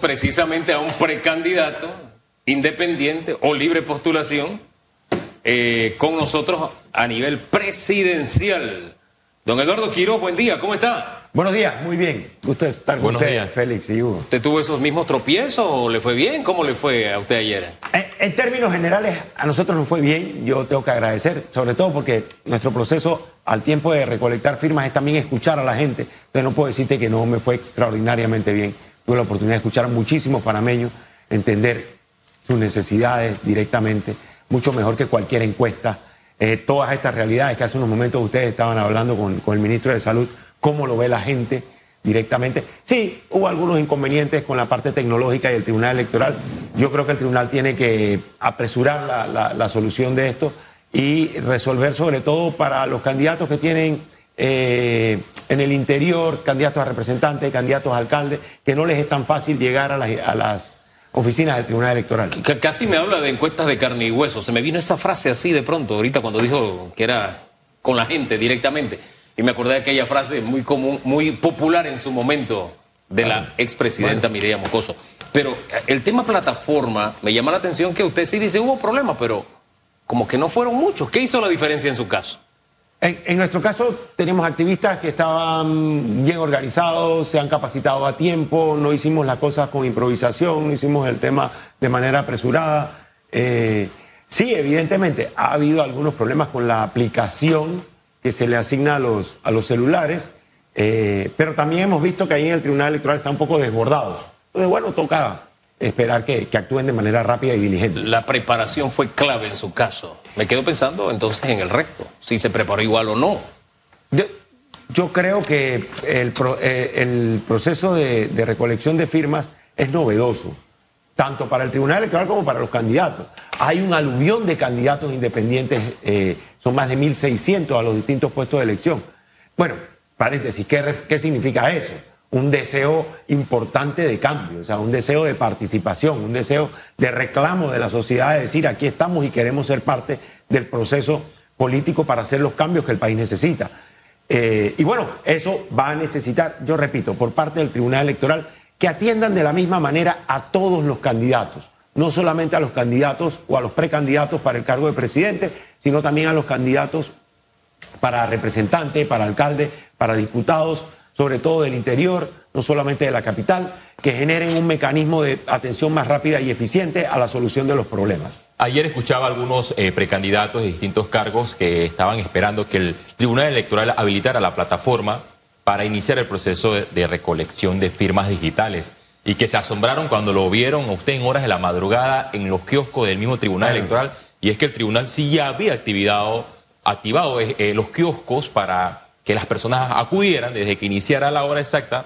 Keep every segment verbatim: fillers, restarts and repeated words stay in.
precisamente a un precandidato independiente o libre postulación eh, con nosotros a nivel presidencial. Don Eduardo Quiroz, buen día, ¿cómo está? Buenos días, muy bien. Gusto estar con Buenos usted, días. Félix y Hugo. ¿Usted tuvo esos mismos tropiezos o le fue bien? ¿Cómo le fue a usted ayer? En, en términos generales, a nosotros nos fue bien. Yo tengo que agradecer, sobre todo porque nuestro proceso al tiempo de recolectar firmas es también escuchar a la gente. Entonces no puedo decirte que no me fue extraordinariamente bien. Tuve la oportunidad de escuchar a muchísimos panameños, entender sus necesidades directamente, mucho mejor que cualquier encuesta. Eh, todas estas realidades que hace unos momentos ustedes estaban hablando con, con el ministro de Salud, cómo lo ve la gente directamente. Sí, hubo algunos inconvenientes con la parte tecnológica y el Tribunal Electoral. Yo creo que el Tribunal tiene que apresurar la, la, la solución de esto y resolver sobre todo para los candidatos que tienen eh, en el interior, candidatos a representantes, candidatos a alcaldes, que no les es tan fácil llegar a las, a las oficinas del Tribunal Electoral. C- Casi me habla de encuestas de carne y hueso. Se me vino esa frase así de pronto, ahorita cuando dijo que era con la gente directamente. Y me acordé de aquella frase muy común, muy popular en su momento de la expresidenta bueno. Mireya Moscoso. Pero el tema plataforma, me llama la atención que usted sí dice hubo problemas, pero como que no fueron muchos. ¿Qué hizo la diferencia en su caso? En, en nuestro caso tenemos activistas que estaban bien organizados, se han capacitado a tiempo, no hicimos las cosas con improvisación, no hicimos el tema de manera apresurada. Eh, sí, evidentemente ha habido algunos problemas con la aplicación que se le asigna a los, a los celulares, eh, pero también hemos visto que ahí en el Tribunal Electoral están un poco desbordados. Entonces, bueno, toca esperar que, que actúen de manera rápida y diligente. La preparación fue clave en su caso. Me quedo pensando entonces en el resto, si se preparó igual o no. Yo, yo creo que el, pro, eh, el proceso de, de recolección de firmas es novedoso, tanto para el Tribunal Electoral como para los candidatos. Hay un aluvión de candidatos independientes, eh, son más de mil seiscientos a los distintos puestos de elección. Bueno, paréntesis, ¿qué, qué significa eso? Un deseo importante de cambio, o sea, un deseo de participación, un deseo de reclamo de la sociedad, de decir, aquí estamos y queremos ser parte del proceso político para hacer los cambios que el país necesita. Eh, y bueno, eso va a necesitar, yo repito, por parte del Tribunal Electoral, que atiendan de la misma manera a todos los candidatos, no solamente a los candidatos o a los precandidatos para el cargo de presidente, sino también a los candidatos para representante, para alcalde, para diputados, sobre todo del interior, no solamente de la capital, que generen un mecanismo de atención más rápida y eficiente a la solución de los problemas. Ayer escuchaba a algunos eh, precandidatos de distintos cargos que estaban esperando que el Tribunal Electoral habilitara la plataforma para iniciar el proceso de, de recolección de firmas digitales y que se asombraron cuando lo vieron a usted en horas de la madrugada en los kioscos del mismo Tribunal Bueno. Electoral, y es que el Tribunal sí ya había activado, activado eh, los kioscos para que las personas acudieran desde que iniciara la hora exacta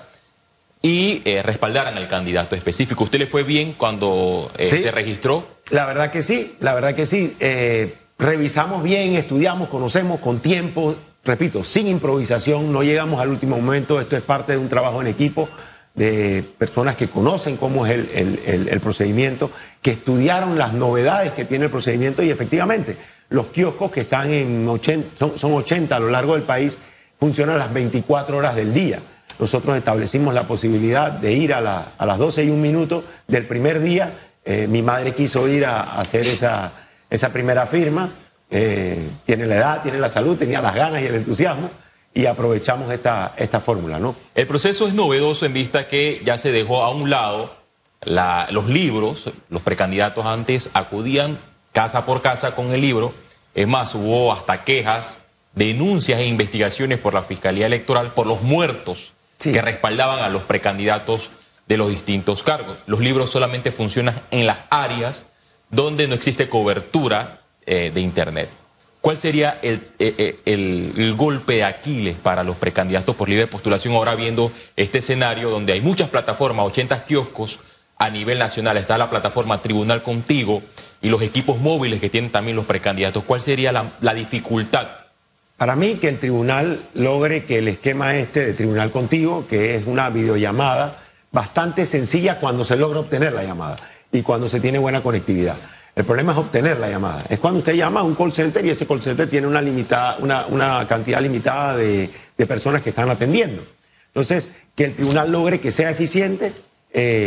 y eh, respaldaran al candidato específico. ¿Usted le fue bien cuando eh, Sí. se registró? La verdad que sí, la verdad que sí. Eh, revisamos bien, estudiamos, conocemos con tiempo, repito, sin improvisación, no llegamos al último momento, esto es parte de un trabajo en equipo de personas que conocen cómo es el, el, el, el procedimiento, que estudiaron las novedades que tiene el procedimiento y efectivamente los kioscos que están en ochenta, son, son ochenta a lo largo del país, funcionan las veinticuatro horas del día. Nosotros establecimos la posibilidad de ir a, la, a las doce y un minuto del primer día. Eh, mi madre quiso ir a, a hacer esa, esa primera firma. Eh, tiene la edad, tiene la salud, tenía las ganas y el entusiasmo y aprovechamos esta, esta fórmula, ¿no? El proceso es novedoso en vista que ya se dejó a un lado la, los libros. Los precandidatos antes acudían casa por casa con el libro. Es más, hubo hasta quejas, denuncias e investigaciones por la Fiscalía Electoral por los muertos sí. que respaldaban a los precandidatos de los distintos cargos. Los libros solamente funcionan en las áreas donde no existe cobertura eh, de Internet. ¿Cuál sería el, el, el, el golpe de Aquiles para los precandidatos por libre postulación ahora viendo este escenario donde hay muchas plataformas, ochenta kioscos a nivel nacional, está la plataforma Tribunal Contigo y los equipos móviles que tienen también los precandidatos? ¿Cuál sería la, la dificultad? Para mí que el tribunal logre que el esquema este de Tribunal Contigo, que es una videollamada bastante sencilla cuando se logra obtener la llamada y cuando se tiene buena conectividad. El problema es obtener la llamada. Es cuando usted llama a un call center y ese call center tiene una, limitada, una, una cantidad limitada de, de personas que están atendiendo. Entonces, que el tribunal logre que sea eficiente, eh,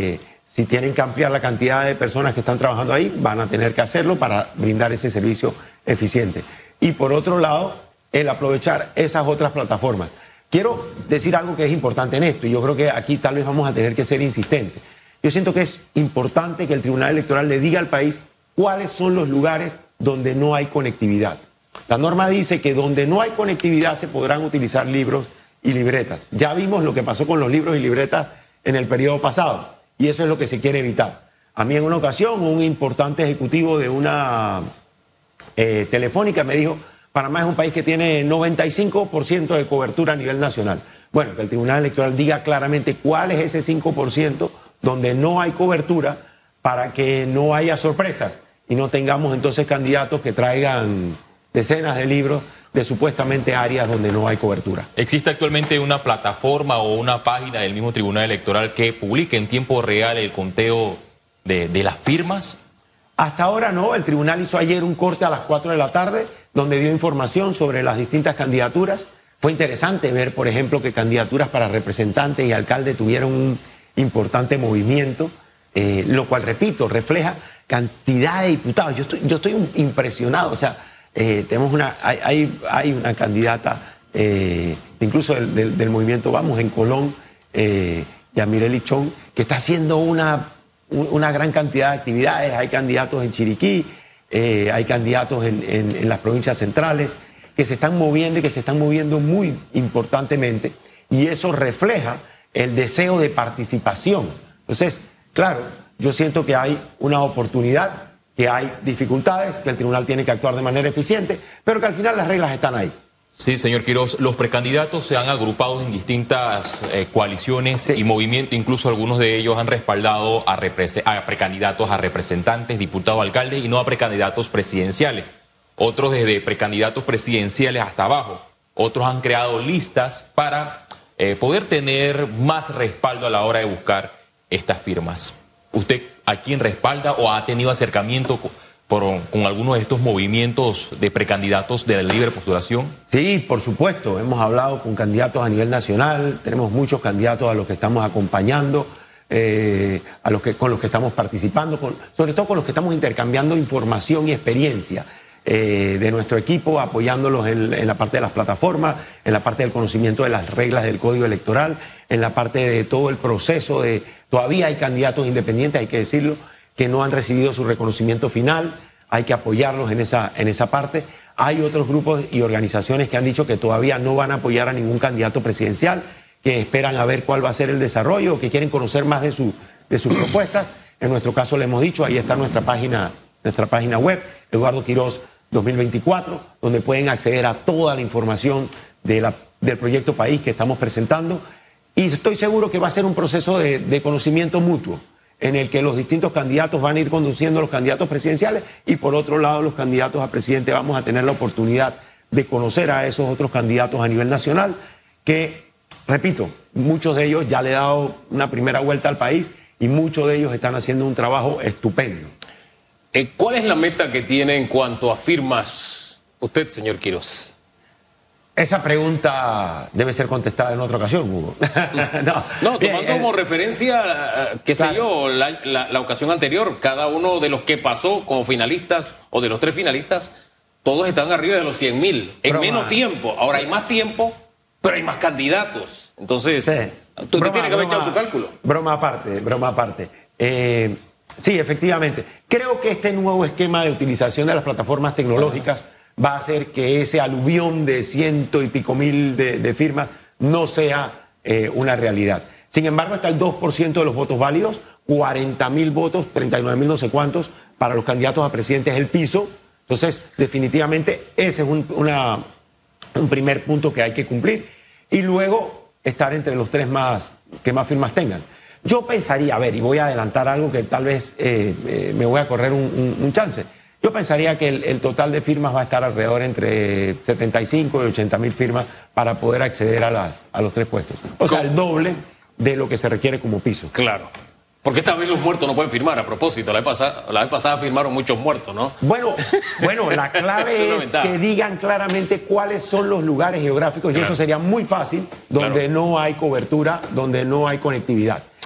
Si tienen que ampliar la cantidad de personas que están trabajando ahí, van a tener que hacerlo para brindar ese servicio eficiente. Y por otro lado, el aprovechar esas otras plataformas. Quiero decir algo que es importante en esto, y yo creo que aquí tal vez vamos a tener que ser insistentes. Yo siento que es importante que el Tribunal Electoral le diga al país cuáles son los lugares donde no hay conectividad. La norma dice que donde no hay conectividad se podrán utilizar libros y libretas. Ya vimos lo que pasó con los libros y libretas en el periodo pasado, y eso es lo que se quiere evitar. A mí en una ocasión un importante ejecutivo de una eh, telefónica me dijo: Panamá es un país que tiene noventa y cinco por ciento de cobertura a nivel nacional. Bueno, que el Tribunal Electoral diga claramente cuál es ese cinco por ciento donde no hay cobertura para que no haya sorpresas y no tengamos entonces candidatos que traigan decenas de libros de supuestamente áreas donde no hay cobertura. ¿Existe actualmente una plataforma o una página del mismo Tribunal Electoral que publique en tiempo real el conteo de, de las firmas? Hasta ahora no. El tribunal hizo ayer un corte a las cuatro de la tarde donde dio información sobre las distintas candidaturas. Fue interesante ver, por ejemplo, que candidaturas para representantes y alcaldes tuvieron un importante movimiento, eh, lo cual, repito, refleja cantidad de diputados. Yo estoy, yo estoy impresionado. O sea, eh, tenemos una, hay, hay, hay una candidata, eh, incluso del, del, del movimiento Vamos en Colón, eh, Yamireli Chong, que está haciendo una, una gran cantidad de actividades. Hay candidatos en Chiriquí, eh, hay candidatos en, en, en las provincias centrales que se están moviendo y que se están moviendo muy importantemente, y eso refleja el deseo de participación. Entonces, claro, yo siento que hay una oportunidad, que hay dificultades, que el tribunal tiene que actuar de manera eficiente, pero que al final las reglas están ahí. Sí, señor Quiroz, los precandidatos se han agrupado en distintas eh, coaliciones sí. y movimientos, incluso algunos de ellos han respaldado a, a precandidatos a representantes, diputados, alcaldes y no a precandidatos presidenciales. Otros desde precandidatos presidenciales hasta abajo. Otros han creado listas para eh, poder tener más respaldo a la hora de buscar estas firmas. ¿Usted a quién respalda o ha tenido acercamiento con, por, con algunos de estos movimientos de precandidatos de la libre postulación? Sí, por supuesto. Hemos hablado con candidatos a nivel nacional. Tenemos muchos candidatos a los que estamos acompañando, eh, a los que, con los que estamos participando, con, sobre todo con los que estamos intercambiando información y experiencia. Eh, de nuestro equipo, apoyándolos en, en la parte de las plataformas, en la parte del conocimiento de las reglas del Código Electoral, en la parte de todo el proceso de... Todavía hay candidatos independientes, hay que decirlo, que no han recibido su reconocimiento final, hay que apoyarlos en esa, en esa parte. Hay otros grupos y organizaciones que han dicho que todavía no van a apoyar a ningún candidato presidencial, que esperan a ver cuál va a ser el desarrollo, que quieren conocer más de, su, de sus propuestas. En nuestro caso le hemos dicho, ahí está nuestra página, nuestra página web, Eduardo Quiroz dos mil veinticuatro, donde pueden acceder a toda la información de la, del proyecto país que estamos presentando, y estoy seguro que va a ser un proceso de, de conocimiento mutuo, en el que los distintos candidatos van a ir conduciendo a los candidatos presidenciales, y por otro lado los candidatos a presidente vamos a tener la oportunidad de conocer a esos otros candidatos a nivel nacional, que, repito, muchos de ellos ya le han dado una primera vuelta al país, y muchos de ellos están haciendo un trabajo estupendo. ¿Cuál es la meta que tiene en cuanto a firmas usted, señor Quiroz? Esa pregunta debe ser contestada en otra ocasión, Hugo. no, no, tomando eh, como referencia, qué sé claro. yo, la, la, la ocasión anterior, cada uno de los que pasó como finalistas o de los tres finalistas, todos están arriba de los cien mil, en broma. Menos tiempo. Ahora hay más tiempo, pero hay más candidatos. Entonces, sí. usted broma, tiene que haber broma, echado su cálculo. Broma aparte, broma aparte. Eh, Sí, efectivamente. Creo que este nuevo esquema de utilización de las plataformas tecnológicas va a hacer que ese aluvión de ciento y pico mil de, de firmas no sea eh, una realidad. Sin embargo, está el dos por ciento de los votos válidos, cuarenta mil votos, treinta y nueve mil no sé cuántos, para los candidatos a presidente es el piso. Entonces, definitivamente, ese es un, una, un primer punto que hay que cumplir. Y luego, estar entre los tres más que más firmas tengan. Yo pensaría, a ver, y voy a adelantar algo que tal vez eh, eh, me voy a correr un, un, un chance. Yo pensaría que el, el total de firmas va a estar alrededor entre setenta y cinco y ochenta mil firmas para poder acceder a, las, a los tres puestos. O sea, el doble de lo que se requiere como piso. Claro. Porque esta vez los muertos no pueden firmar, a propósito. La vez pasada, la vez pasada firmaron muchos muertos, ¿no? Bueno, bueno, la clave es, es que digan claramente cuáles son los lugares geográficos, claro. y eso sería muy fácil, donde claro. no hay cobertura, donde no hay conectividad.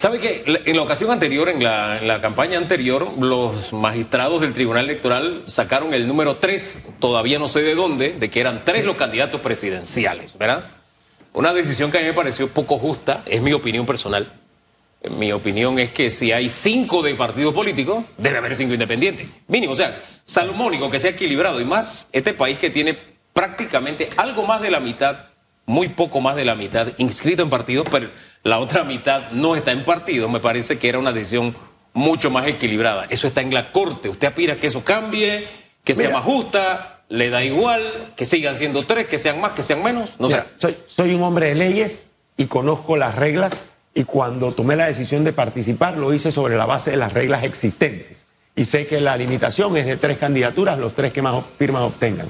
¿Sabe que en la ocasión anterior, en la, en la campaña anterior, los magistrados del Tribunal Electoral sacaron el número tres, todavía no sé de dónde, de que eran tres sí. los candidatos presidenciales, ¿verdad? Una decisión que a mí me pareció poco justa, es mi opinión personal. Mi opinión es que si hay cinco de partidos políticos, debe haber cinco independientes. Mínimo, o sea, salomónico, que sea equilibrado. Y más este país que tiene prácticamente algo más de la mitad, muy poco más de la mitad, inscrito en partidos, pero la otra mitad no está en partidos. Me parece que era una decisión mucho más equilibrada. Eso está en la Corte. ¿Usted aspira a que eso cambie, que sea Mira, más justa? ¿Le da igual que sigan siendo tres, que sean más, que sean menos? No Mira, sé. Soy, soy un hombre de leyes y conozco las reglas, y cuando tomé la decisión de participar lo hice sobre la base de las reglas existentes. Y sé que la limitación es de tres candidaturas, los tres que más firmas obtengan.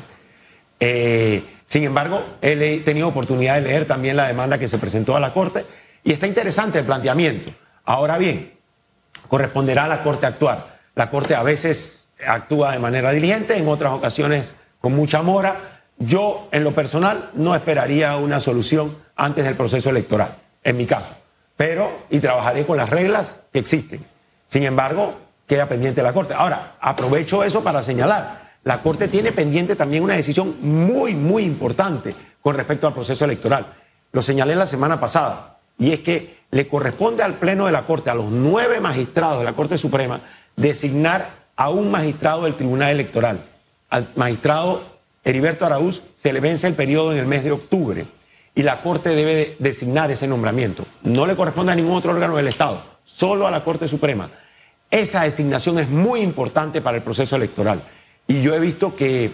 Eh, sin embargo, he tenido oportunidad de leer también la demanda que se presentó a la Corte y está interesante el planteamiento. Ahora bien, corresponderá a la Corte actuar. La Corte a veces actúa de manera diligente, en otras ocasiones con mucha mora. Yo, en lo personal, no esperaría una solución antes del proceso electoral, en mi caso. Pero, y trabajaré con las reglas que existen. Sin embargo, queda pendiente la Corte. Ahora, aprovecho eso para señalar. La Corte tiene pendiente también una decisión muy, muy importante con respecto al proceso electoral. Lo señalé la semana pasada. Y es que le corresponde al Pleno de la Corte, a los nueve magistrados de la Corte Suprema, designar a un magistrado del Tribunal Electoral. Al magistrado Heriberto Araúz se le vence el periodo en el mes de octubre y la Corte debe de designar ese nombramiento. No le corresponde a ningún otro órgano del Estado, solo a la Corte Suprema. Esa designación es muy importante para el proceso electoral. Y yo he visto que,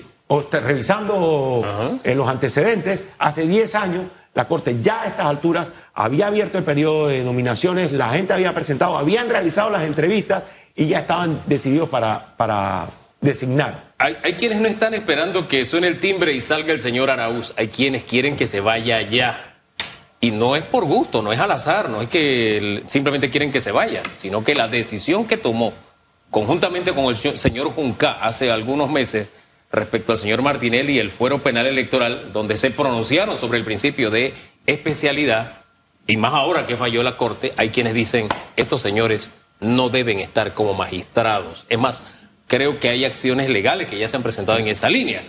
revisando uh-huh. los antecedentes, hace diez años la Corte ya a estas alturas había abierto el periodo de nominaciones, la gente había presentado, habían realizado las entrevistas y ya estaban decididos para, para designar. Hay, hay quienes no están esperando que suene el timbre y salga el señor Araúz. Hay quienes quieren que se vaya ya. Y no es por gusto, no es al azar, no es que simplemente quieren que se vaya, sino que la decisión que tomó conjuntamente con el señor Junca hace algunos meses respecto al señor Martinelli y el fuero penal electoral, donde se pronunciaron sobre el principio de especialidad, y más ahora que falló la Corte, hay quienes dicen, estos señores no deben estar como magistrados. Es más, creo que hay acciones legales que ya se han presentado en esa línea.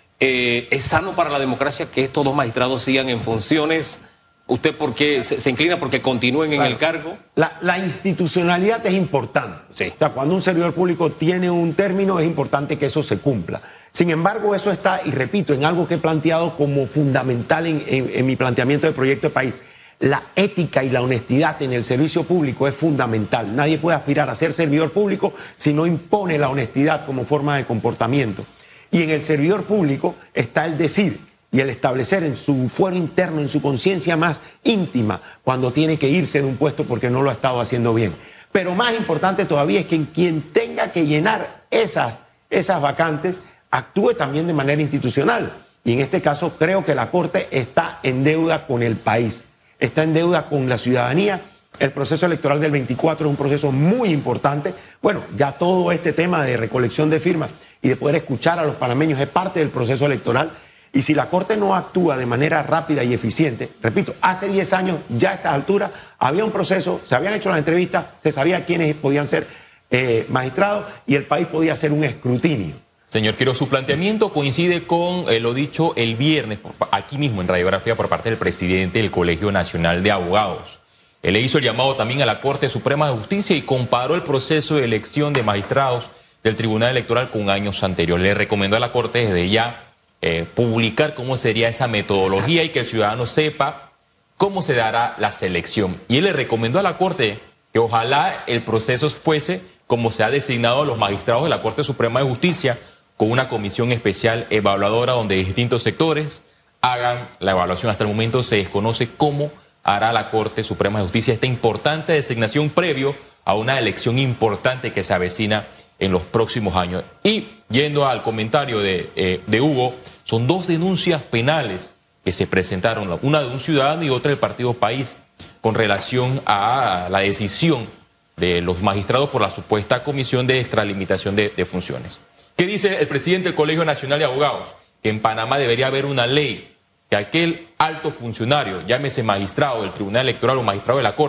Eh, ¿Es sano para la democracia que estos dos magistrados sigan en funciones? ¿Usted por qué se, se inclina porque continúen en claro. el cargo? La, la institucionalidad es importante. Sí. O sea, cuando un servidor público tiene un término, es importante que eso se cumpla. Sin embargo, eso está, y repito, en algo que he planteado como fundamental en, en, en mi planteamiento de proyecto de país. La ética y la honestidad en el servicio público es fundamental. Nadie puede aspirar a ser servidor público si no impone la honestidad como forma de comportamiento. Y en el servidor público está el decir y el establecer en su fuero interno, en su conciencia más íntima, cuando tiene que irse de un puesto porque no lo ha estado haciendo bien. Pero más importante todavía es que quien tenga que llenar esas, esas vacantes actúe también de manera institucional. Y en este caso creo que la Corte está en deuda con el país, está en deuda con la ciudadanía. El proceso electoral del veinticuatro es un proceso muy importante. Bueno, ya todo este tema de recolección de firmas y de poder escuchar a los panameños es parte del proceso electoral. Y si la Corte no actúa de manera rápida y eficiente, repito, hace diez años ya a esta altura había un proceso, se habían hecho las entrevistas, se sabía quiénes podían ser eh, magistrados y el país podía hacer un escrutinio. Señor Quiroz, su planteamiento coincide con eh, lo dicho el viernes, por, aquí mismo en Radiografía, por parte del presidente del Colegio Nacional de Abogados. Él le hizo el llamado también a la Corte Suprema de Justicia y comparó el proceso de elección de magistrados del Tribunal Electoral con años anteriores. Le recomendó a la Corte desde ya eh, publicar cómo sería esa metodología. Exacto. Y que el ciudadano sepa cómo se dará la selección. Y él le recomendó a la Corte que ojalá el proceso fuese como se ha designado a los magistrados de la Corte Suprema de Justicia, con una comisión especial evaluadora donde distintos sectores hagan la evaluación. Hasta el momento se desconoce cómo hará la Corte Suprema de Justicia esta importante designación previo a una elección importante que se avecina en los próximos años. Y yendo al comentario de, eh, de Hugo, son dos denuncias penales que se presentaron, una de un ciudadano y otra del Partido País, con relación a la decisión de los magistrados por la supuesta comisión de extralimitación de, de funciones. ¿Qué dice el presidente del Colegio Nacional de Abogados? Que en Panamá debería haber una ley que aquel alto funcionario, llámese magistrado del Tribunal Electoral o magistrado de la Corte,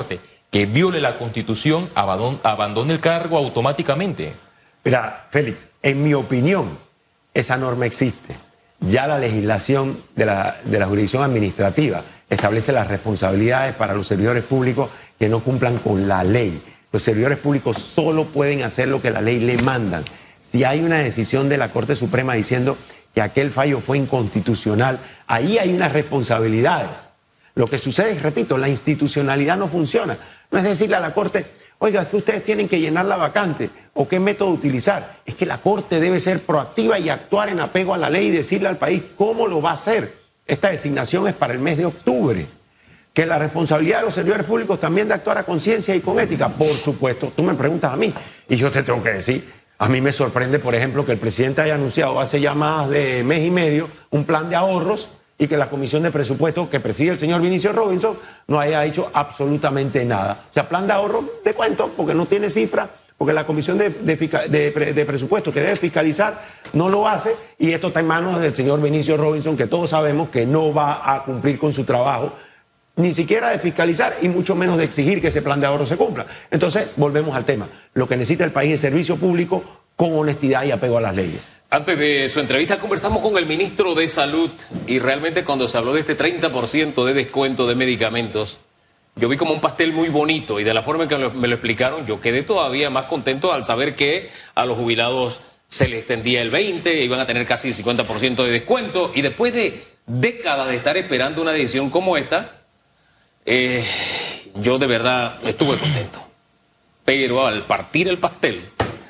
que viole la Constitución abandone el cargo automáticamente. Mira, Félix, en mi opinión, esa norma existe. Ya la legislación de la, de la jurisdicción administrativa establece las responsabilidades para los servidores públicos que no cumplan con la ley. Los servidores públicos solo pueden hacer lo que la ley le mandan. Si hay una decisión de la Corte Suprema diciendo que aquel fallo fue inconstitucional, ahí hay unas responsabilidades. Lo que sucede es, repito, la institucionalidad no funciona. No es decirle a la Corte, oiga, es que ustedes tienen que llenar la vacante o qué método utilizar. Es que la Corte debe ser proactiva y actuar en apego a la ley y decirle al país cómo lo va a hacer. Esta designación es para el mes de octubre. Que la responsabilidad de los servidores públicos también de actuar a conciencia y con ética, por supuesto. Tú me preguntas a mí y yo te tengo que decir, a mí me sorprende, por ejemplo, que el presidente haya anunciado hace ya más de mes y medio un plan de ahorros y que la Comisión de Presupuesto que preside el señor Vinicio Robinson no haya hecho absolutamente nada. O sea, plan de ahorro de cuento, porque no tiene cifra, porque la Comisión de, de, de, de Presupuesto que debe fiscalizar no lo hace, y esto está en manos del señor Vinicio Robinson, que todos sabemos que no va a cumplir con su trabajo, ni siquiera de fiscalizar y mucho menos de exigir que ese plan de ahorro se cumpla. Entonces, volvemos al tema. Lo que necesita el país es servicio público con honestidad y apego a las leyes. Antes de su entrevista conversamos con el ministro de Salud y realmente cuando se habló de este treinta por ciento de descuento de medicamentos, yo vi como un pastel muy bonito y de la forma en que me lo explicaron, yo quedé todavía más contento al saber que a los jubilados se les extendía el veinte por ciento, iban a tener casi el cincuenta por ciento de descuento, y después de décadas de estar esperando una decisión como esta, eh, yo de verdad estuve contento. Pero al partir el pastel,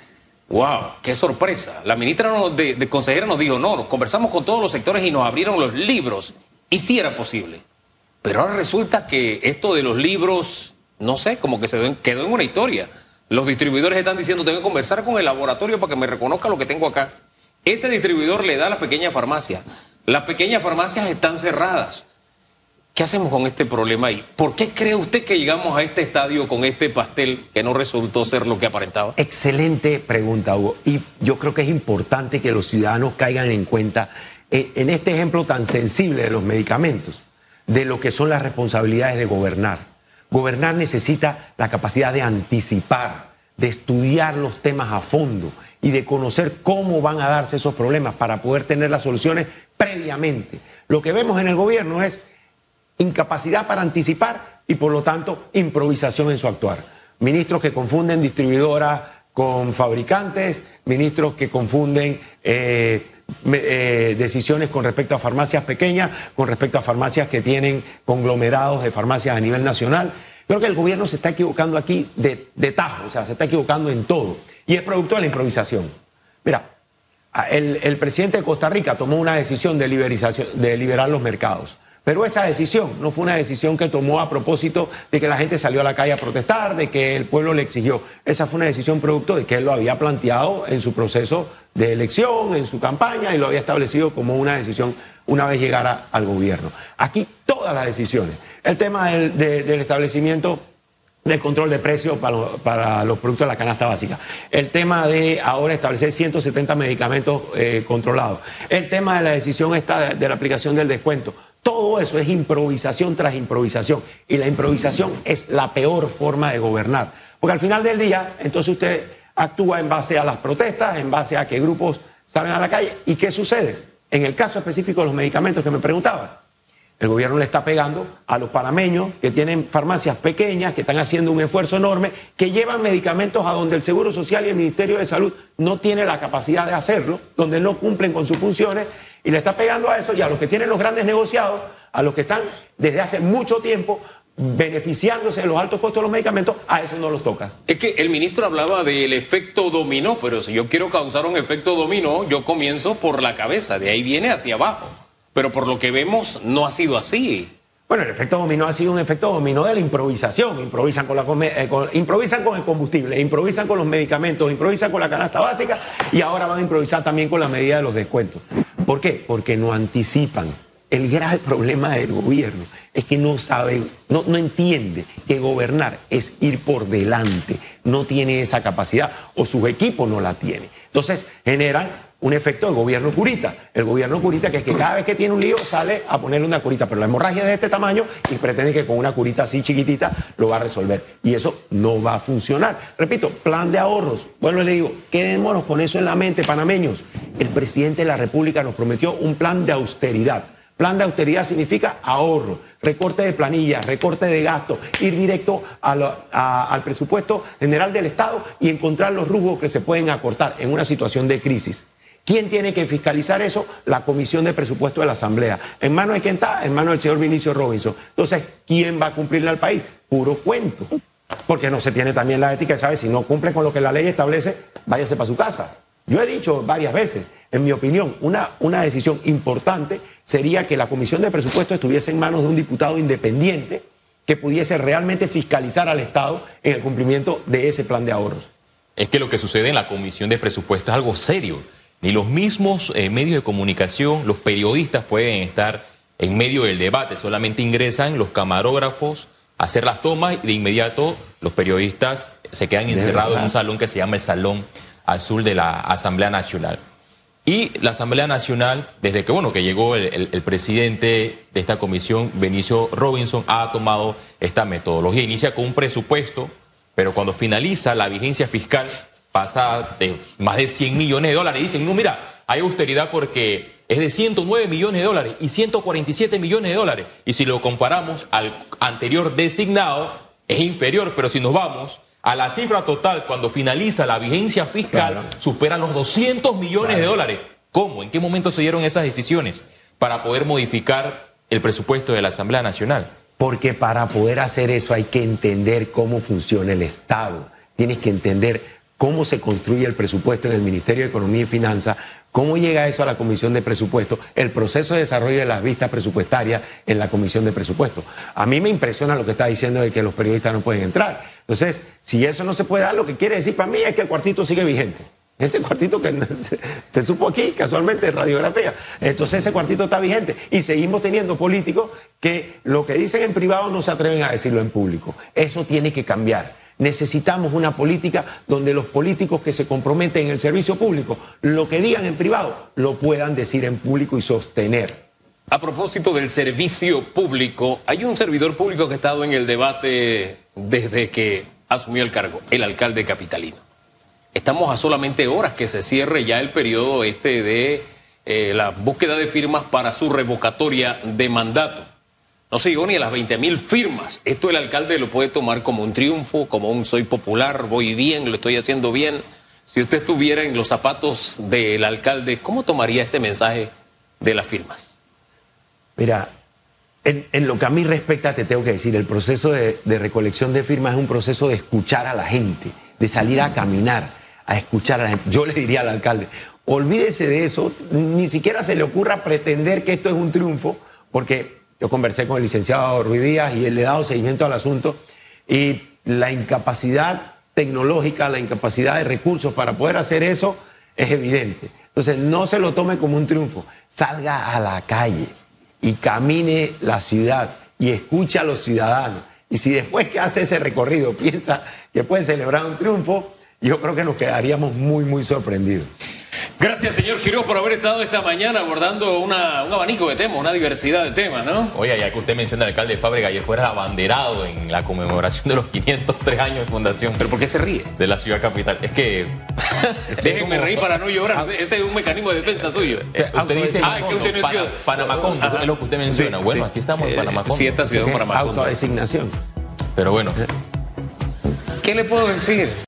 ¡wow! ¡Qué sorpresa! La ministra nos, de, de consejera nos dijo, no, conversamos con todos los sectores y nos abrieron los libros. Y sí era posible. Pero ahora resulta que esto de los libros, no sé, como que se quedó en una historia. Los distribuidores están diciendo, tengo que conversar con el laboratorio para que me reconozca lo que tengo acá. Ese distribuidor le da a las pequeñas farmacias. Las pequeñas farmacias están cerradas. ¿Qué hacemos con este problema ahí? ¿Por qué cree usted que llegamos a este estadio con este pastel que no resultó ser lo que aparentaba? Excelente pregunta, Hugo. Y yo creo que es importante que los ciudadanos caigan en cuenta eh, en este ejemplo tan sensible de los medicamentos, de lo que son las responsabilidades de gobernar. Gobernar necesita la capacidad de anticipar, de estudiar los temas a fondo y de conocer cómo van a darse esos problemas para poder tener las soluciones previamente. Lo que vemos en el gobierno es incapacidad para anticipar y, por lo tanto, improvisación en su actuar. Ministros que confunden distribuidoras con fabricantes, ministros que confunden eh, eh, decisiones con respecto a farmacias pequeñas, con respecto a farmacias que tienen conglomerados de farmacias a nivel nacional. Creo que el gobierno se está equivocando aquí de, de tajo, o sea, se está equivocando en todo. Y es producto de la improvisación. Mira, el, el presidente de Costa Rica tomó una decisión de, liberización, de liberar los mercados. Pero esa decisión no fue una decisión que tomó a propósito de que la gente salió a la calle a protestar, de que el pueblo le exigió. Esa fue una decisión producto de que él lo había planteado en su proceso de elección, en su campaña, y lo había establecido como una decisión una vez llegara al gobierno. Aquí todas las decisiones. El tema del, de, del establecimiento del control de precios para, lo, para los productos de la canasta básica. El tema de ahora establecer ciento setenta medicamentos eh, controlados. El tema de la decisión esta de, de la aplicación del descuento. Todo eso es improvisación tras improvisación, y la improvisación es la peor forma de gobernar, porque al final del día, entonces usted actúa en base a las protestas, en base a que grupos salen a la calle. ¿Y qué sucede? En el caso específico de los medicamentos que me preguntaba, el gobierno le está pegando a los panameños que tienen farmacias pequeñas, que están haciendo un esfuerzo enorme, que llevan medicamentos a donde el Seguro Social y el Ministerio de Salud no tiene la capacidad de hacerlo, donde no cumplen con sus funciones, y le está pegando a eso, y a los que tienen los grandes negociados, a los que están desde hace mucho tiempo beneficiándose de los altos costos de los medicamentos, a eso no los toca. Es que el ministro hablaba del efecto dominó, pero si yo quiero causar un efecto dominó, yo comienzo por la cabeza, de ahí viene hacia abajo. Pero por lo que vemos, no ha sido así. Bueno, el efecto dominó ha sido un efecto dominó de la improvisación. Improvisan con, la, eh, con, improvisan con el combustible, improvisan con los medicamentos, improvisan con la canasta básica, y ahora van a improvisar también con la medida de los descuentos. ¿Por qué? Porque no anticipan. El grave problema del gobierno es que no sabe, no, no entiende que gobernar es ir por delante. No tiene esa capacidad, o sus equipos no la tienen. Entonces generan un efecto de gobierno curita. El gobierno curita que es que cada vez que tiene un lío sale a ponerle una curita, pero la hemorragia es de este tamaño y pretende que con una curita así chiquitita lo va a resolver. Y eso no va a funcionar. Repito, plan de ahorros. Bueno, les digo, quedémonos con eso en la mente, panameños. El presidente de la República nos prometió un plan de austeridad. Plan de austeridad significa ahorro, recorte de planillas, recorte de gastos, ir directo a lo, a, al presupuesto general del Estado y encontrar los rubros que se pueden acortar en una situación de crisis. ¿Quién tiene que fiscalizar eso? La Comisión de Presupuesto de la Asamblea. ¿En manos de quién está? En manos del señor Vinicio Robinson. Entonces, ¿quién va a cumplirle al país? Puro cuento. Porque no se tiene también la ética, ¿sabes? Si no cumple con lo que la ley establece, váyase para su casa. Yo he dicho varias veces, en mi opinión, una, una decisión importante sería que la Comisión de Presupuesto estuviese en manos de un diputado independiente que pudiese realmente fiscalizar al Estado en el cumplimiento de ese plan de ahorros. Es que lo que sucede en la Comisión de Presupuesto es algo serio. Ni los mismos eh, medios de comunicación, los periodistas pueden estar en medio del debate. Solamente ingresan los camarógrafos a hacer las tomas y de inmediato los periodistas se quedan encerrados en un salón que se llama el Salón Azul de la Asamblea Nacional. Y la Asamblea Nacional, desde que bueno que llegó el, el, el presidente de esta comisión, Vinicio Robinson, ha tomado esta metodología. Inicia con un presupuesto, pero cuando finaliza la vigencia fiscal pasa de más de cien millones de dólares. Dicen, no, mira, hay austeridad porque es de ciento nueve millones de dólares y ciento cuarenta y siete millones de dólares. Y si lo comparamos al anterior designado, es inferior, pero si nos vamos a la cifra total cuando finaliza la vigencia fiscal, claro, supera los doscientos millones claro. de dólares. ¿Cómo? ¿En qué momento se dieron esas decisiones para poder modificar el presupuesto de la Asamblea Nacional? Porque para poder hacer eso hay que entender cómo funciona el Estado. Tienes que entender cómo se construye el presupuesto en el Ministerio de Economía y Finanzas, cómo llega eso a la Comisión de Presupuesto, el proceso de desarrollo de las vistas presupuestarias en la Comisión de Presupuesto. A mí me impresiona lo que está diciendo de que los periodistas no pueden entrar. Entonces, si eso no se puede dar, lo que quiere decir para mí es que el cuartito sigue vigente. Ese cuartito que se, se supo aquí, casualmente, en radiografía. Entonces ese cuartito está vigente. Y seguimos teniendo políticos que lo que dicen en privado no se atreven a decirlo en público. Eso tiene que cambiar. Necesitamos una política donde los políticos que se comprometen en el servicio público, lo que digan en privado, lo puedan decir en público y sostener. A propósito del servicio público, hay un servidor público que ha estado en el debate desde que asumió el cargo, el alcalde capitalino. Estamos a solamente horas que se cierre ya el periodo este de eh, la búsqueda de firmas para su revocatoria de mandato. No se llegó ni a las veinte mil firmas. Esto el alcalde lo puede tomar como un triunfo, como un soy popular, voy bien, lo estoy haciendo bien. Si usted estuviera en los zapatos del alcalde, ¿cómo tomaría este mensaje de las firmas? Mira, en, en lo que a mí respecta, te tengo que decir, el proceso de, de recolección de firmas es un proceso de escuchar a la gente, de salir a caminar, a escuchar a la gente. Yo le diría al alcalde, olvídese de eso, ni siquiera se le ocurra pretender que esto es un triunfo, porque yo conversé con el licenciado Ruiz Díaz y le he dado seguimiento al asunto, y la incapacidad tecnológica, la incapacidad de recursos para poder hacer eso es evidente. Entonces no se lo tome como un triunfo, salga a la calle y camine la ciudad y escuche a los ciudadanos. Y si después que hace ese recorrido piensa que puede celebrar un triunfo, yo creo que nos quedaríamos muy, muy sorprendidos. Gracias, señor Quiroz, por haber estado esta mañana abordando una, un abanico de temas, una diversidad de temas, ¿no? Oye, ya que usted menciona al alcalde Fábrega, ayer fuera abanderado en la conmemoración de los quinientos tres años de fundación. ¿Pero por qué se ríe? De la ciudad capital. Es que... Déjenme como... reír para no llorar. Ese es un mecanismo de defensa suyo. Eh, usted dice... Ah, es que usted no es ciudad. Panamacondo, es lo que usted menciona. Sí, bueno, sí. aquí estamos en Panamacondo. Sí, esta ciudad es Panamacondo. Autodesignación. Pero bueno. ¿Qué le puedo decir?